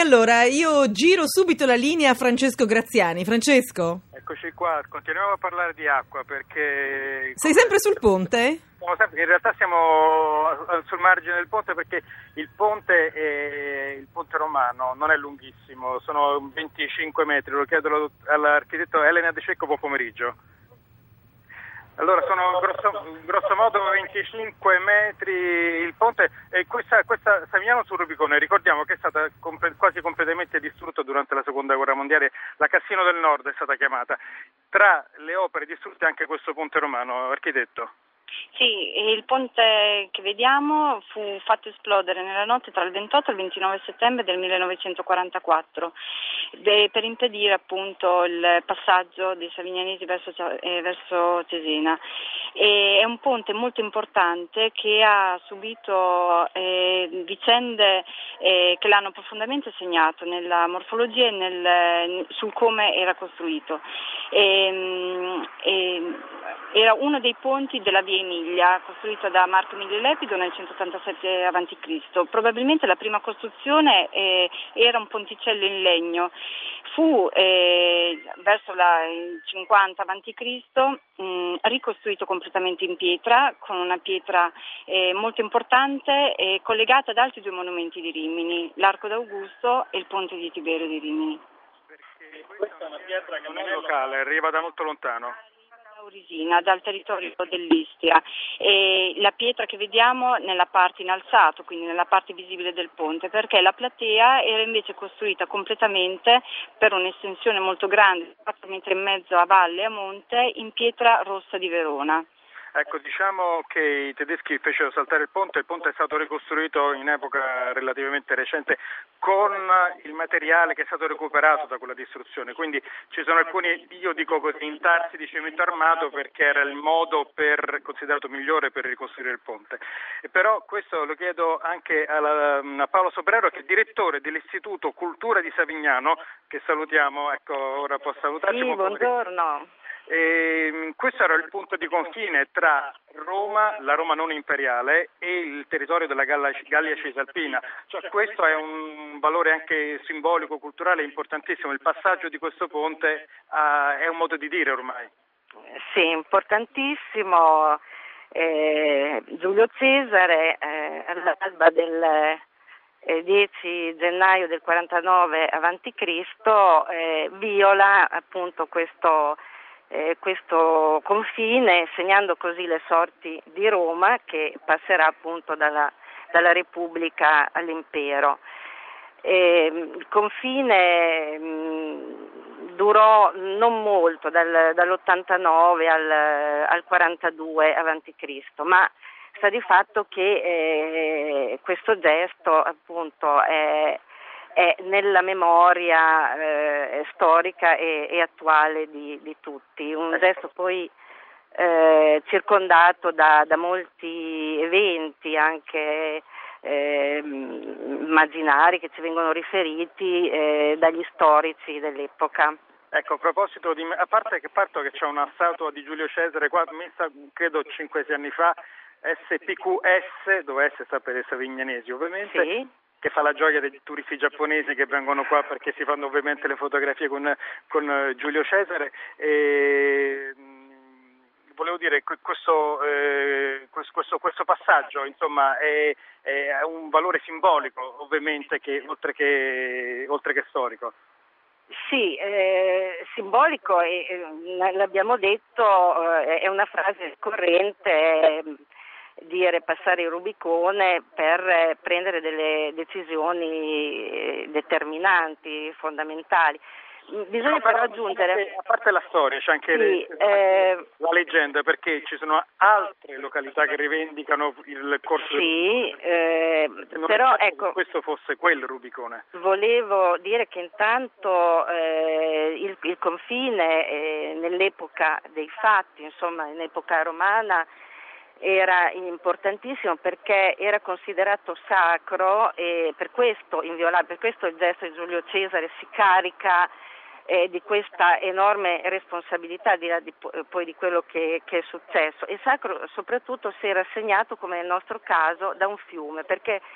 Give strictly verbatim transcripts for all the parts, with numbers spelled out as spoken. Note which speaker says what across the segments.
Speaker 1: allora io giro subito la linea a Francesco Graziani. Francesco?
Speaker 2: Eccoci qua, continuiamo a parlare di acqua perché...
Speaker 1: Sei sempre sul ponte?
Speaker 2: Siamo sempre, in realtà siamo sul margine del ponte perché il ponte, è, il ponte romano non è lunghissimo, sono venticinque metri, lo chiedo all'architetto Elena De Cecco buon pomeriggio. Allora sono grosso, grosso modo venticinque metri il ponte e questa, questa Savignano sul Rubicone, ricordiamo che è stata comple- quasi completamente distrutta durante la seconda guerra mondiale, la Cassino del Nord è stata chiamata. Tra le opere distrutte anche questo ponte romano, architetto.
Speaker 3: Sì, il ponte che vediamo fu fatto esplodere nella notte tra il ventotto e il ventinove settembre del millenovecentoquarantaquattro beh, per impedire appunto il passaggio dei savignanesi verso, eh, verso Cesena. E è un ponte molto importante che ha subito eh, vicende eh, che l'hanno profondamente segnato nella morfologia e nel, sul come era costruito. E, e, era uno dei ponti della Via Emilia, costruita da Marco Emilio Lepido nel centottantasette avanti Cristo Probabilmente la prima costruzione eh, era un ponticello in legno. Fu eh, verso la, il cinquanta avanti Cristo mh, ricostruito completamente in pietra, con una pietra eh, molto importante e collegata ad altri due monumenti di Rimini, l'Arco d'Augusto e il Ponte di Tiberio di Rimini.
Speaker 2: Perché questa è una pietra che non è locale, arriva da molto lontano.
Speaker 3: Aurisina, dal territorio dell'Istria, e la pietra che vediamo nella parte in alzato, quindi nella parte visibile del ponte, perché la platea era invece costruita completamente per un'estensione molto grande, quattro metri e mezzo a valle e a monte, in pietra rossa di Verona.
Speaker 2: Ecco, diciamo che i tedeschi fecero saltare il ponte, il ponte è stato ricostruito in epoca relativamente recente con il materiale che è stato recuperato da quella distruzione, quindi ci sono alcuni, io dico così, intarsi di cemento armato perché era il modo per, considerato migliore per ricostruire il ponte. E però questo lo chiedo anche alla, a Paolo Sobrero, che è direttore dell'Istituto Cultura di Savignano, che salutiamo, ecco, ora può salutarci.
Speaker 3: Sì, buongiorno.
Speaker 2: E questo era il punto di confine tra Roma, la Roma non imperiale, e il territorio della Gallia, Gallia Cisalpina. Cioè, questo è un valore anche simbolico, culturale importantissimo. Il passaggio di questo ponte uh, è un modo di dire ormai.
Speaker 4: Sì, importantissimo. Eh, Giulio Cesare eh, all'alba del eh, dieci gennaio del quarantanove avanti Cristo eh, viola appunto questo Eh, questo confine, segnando così le sorti di Roma, che passerà appunto dalla, dalla Repubblica all'impero. Eh, il confine mh, durò non molto, dal, dall'ottantanove al, al quarantadue avanti Cristo, ma sta di fatto che eh, questo gesto appunto è è nella memoria eh, storica e, e attuale di, di tutti, un gesto poi eh, circondato da, da molti eventi anche eh, immaginari che ci vengono riferiti eh, dagli storici dell'epoca.
Speaker 2: Ecco, a proposito di, a parte che parto che c'è una statua di Giulio Cesare qua messa credo cinque sei anni fa, S P Q S, dove S sta per i savignanesi ovviamente.
Speaker 4: Sì.
Speaker 2: Che fa la gioia dei turisti giapponesi che vengono qua perché si fanno ovviamente le fotografie con, con Giulio Cesare. E, mh, volevo dire questo, eh, questo, questo passaggio insomma è, è un valore simbolico ovviamente che oltre che, oltre che storico.
Speaker 4: Sì, eh, simbolico e eh, l'abbiamo detto, eh, è una frase corrente. Eh, dire passare il Rubicone per eh, prendere delle decisioni eh, determinanti, fondamentali. Bisogna no, però aggiungere...
Speaker 2: A parte la storia, c'è anche,
Speaker 4: sì,
Speaker 2: le,
Speaker 4: eh,
Speaker 2: la leggenda, perché ci sono altre località che rivendicano il corso
Speaker 4: sì,
Speaker 2: del
Speaker 4: eh,
Speaker 2: non
Speaker 4: però
Speaker 2: certo
Speaker 4: ecco...
Speaker 2: che questo fosse quel Rubicone.
Speaker 4: Volevo dire che intanto eh, il, il confine eh, nell'epoca dei fatti, insomma in epoca romana, era importantissimo perché era considerato sacro e per questo inviolabile, per questo il gesto di Giulio Cesare si carica eh, di questa enorme responsabilità di, di, poi di quello che, che è successo. E sacro soprattutto se era segnato, come nel nostro caso, da un fiume, perché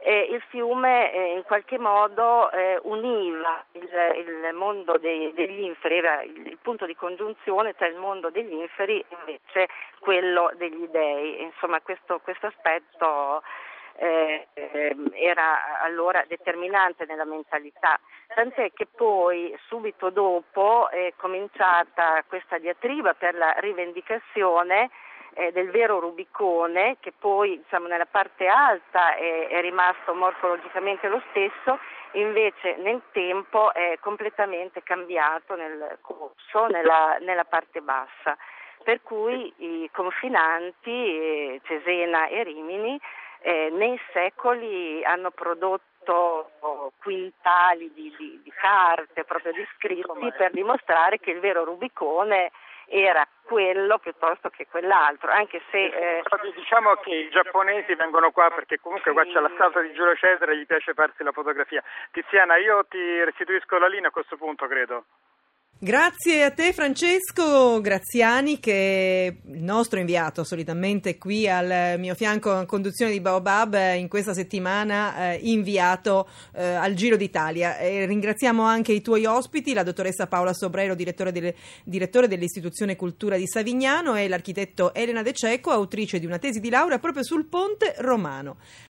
Speaker 4: eh, il fiume eh, in qualche modo eh, univa il, il mondo dei, degli inferi, era il, il punto di congiunzione tra il mondo degli inferi e invece quello degli dei. Insomma, questo, questo aspetto Eh, eh, era allora determinante nella mentalità, tant'è che poi subito dopo è cominciata questa diatriba per la rivendicazione eh, del vero Rubicone, che poi diciamo nella parte alta è, è rimasto morfologicamente lo stesso, invece nel tempo è completamente cambiato nel corso, nella, nella parte bassa, per cui i confinanti eh, Cesena e Rimini Eh, nei secoli hanno prodotto quintali di, di, di carte, proprio di scritti, per dimostrare che il vero Rubicone era quello piuttosto che quell'altro, anche se eh...
Speaker 2: diciamo che i giapponesi vengono qua perché comunque qua c'è la statua di Giulio Cesare e gli piace farsi la fotografia. Tiziana, io ti restituisco la linea a questo punto, credo.
Speaker 1: Grazie a te Francesco Graziani, che è il nostro inviato solitamente qui al mio fianco a conduzione di Baobab, in questa settimana eh, inviato eh, al Giro d'Italia. E ringraziamo anche i tuoi ospiti, la dottoressa Paola Sobrero, direttore, delle, direttore dell'Istituzione Cultura di Savignano, e l'architetto Elena De Cecco, autrice di una tesi di laurea proprio sul ponte romano.